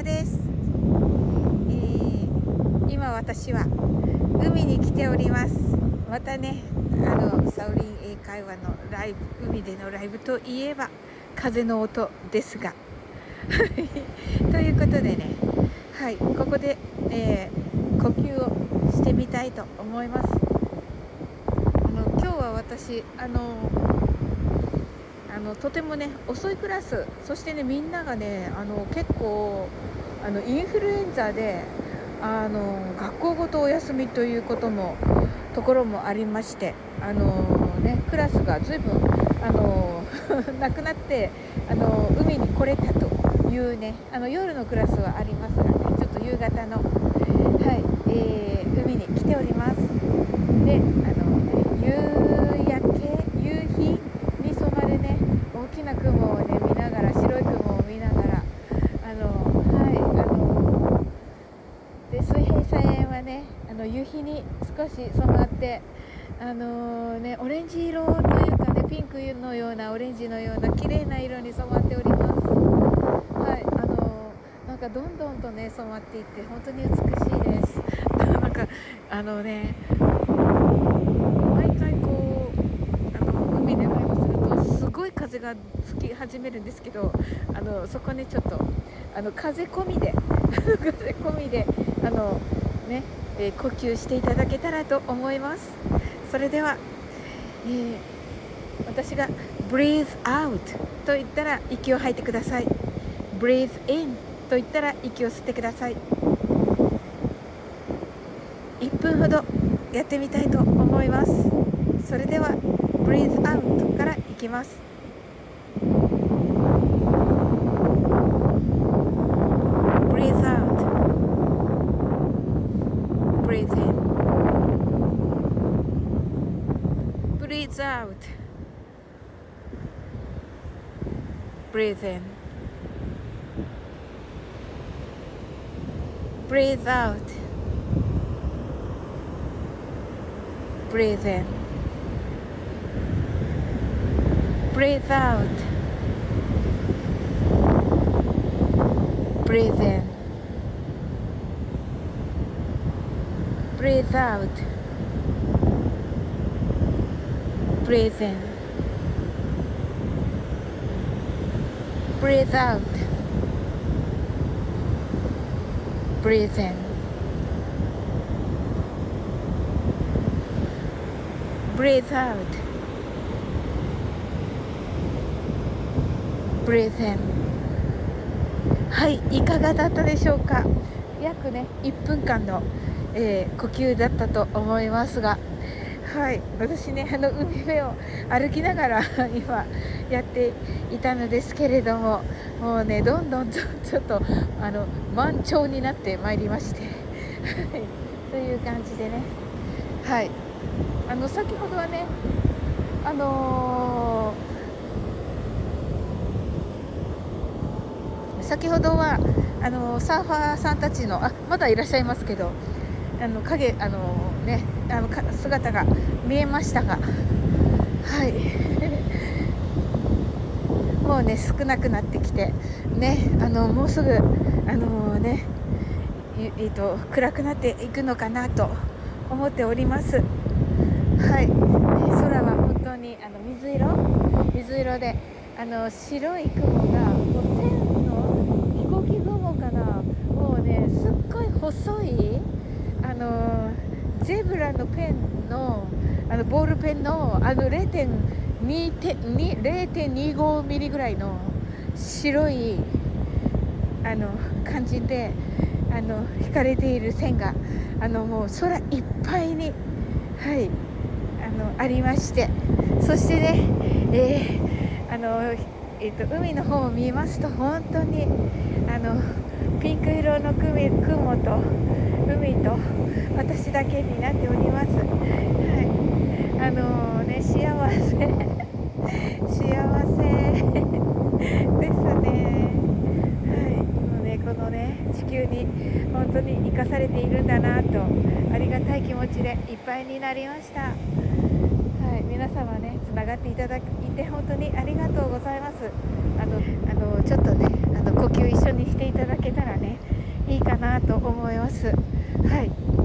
です。今私は海に来ております。またね、サオリン英会話のライブ、海でのライブといえば風の音ですがということでね、はい、ここで、呼吸をしてみたいと思います。今日は私とてもね遅いクラス、そしてねみんながね結構インフルエンザで学校ごとお休みというところもありまして、クラスがずいぶんなくなって海に来れたというね、夜のクラスはありますがね、ちょっと夕方の、はい海に来ております。で夕日に染まるね大きな雲をね見ながら、白い雲を見ながらで水平線はね夕日に少し染まってオレンジ色というかね、ピンクのようなオレンジのような綺麗な色に染まっております。なんかどんどんとね染まっていって本当に美しいです。なんか毎回こう海でライブするとすごい風が吹き始めるんですけど、そこねちょっと風込みで呼吸していただけたらと思います。それでは、私が breathe out と言ったら息を吐いてください。 breathe in と言ったら息を吸ってください。1分ほどやってみたいと思います。それでは breathe out からいきます。breathe out, breathe in, breathe out, breathe in, breathe out, breathe in, breathe out, breathe in, breathe out, breathe in, breathe out, breathe in, breathe out, breathe in。 はい、いかがだったでしょうか。約ね1分間の、呼吸だったと思いますが、はい、私ね海辺を歩きながら今やっていたのですけれども、もうねどんどんとちょっと満潮になってまいりましてという感じでね、はい、先ほどはね先ほどはサーファーさんたちのまだいらっしゃいますけど、姿が見えましたが、はいもうね少なくなってきてね、もうすぐ暗くなっていくのかなと思っております。はい、空は本当に水色で白い雲がもう線の飛行機雲かな、もうねすっごい細いゼブラのペンのボールペンの0.25 ミリぐらいの白い感じで引かれている線がもう空いっぱいに、はい、ありまして、そしてね、海の方を見ますと本当にピンク色の雲と海と私だけになっております。はい、幸せですね。はい、もうねこのね地球に本当に生かされているんだなと、ありがたい気持ちでいっぱいになりました。はい、皆様ねつながっていただいて本当にありがとうございます。ちょっとね呼吸一緒にしていただけたらねいいかなと思います。はい。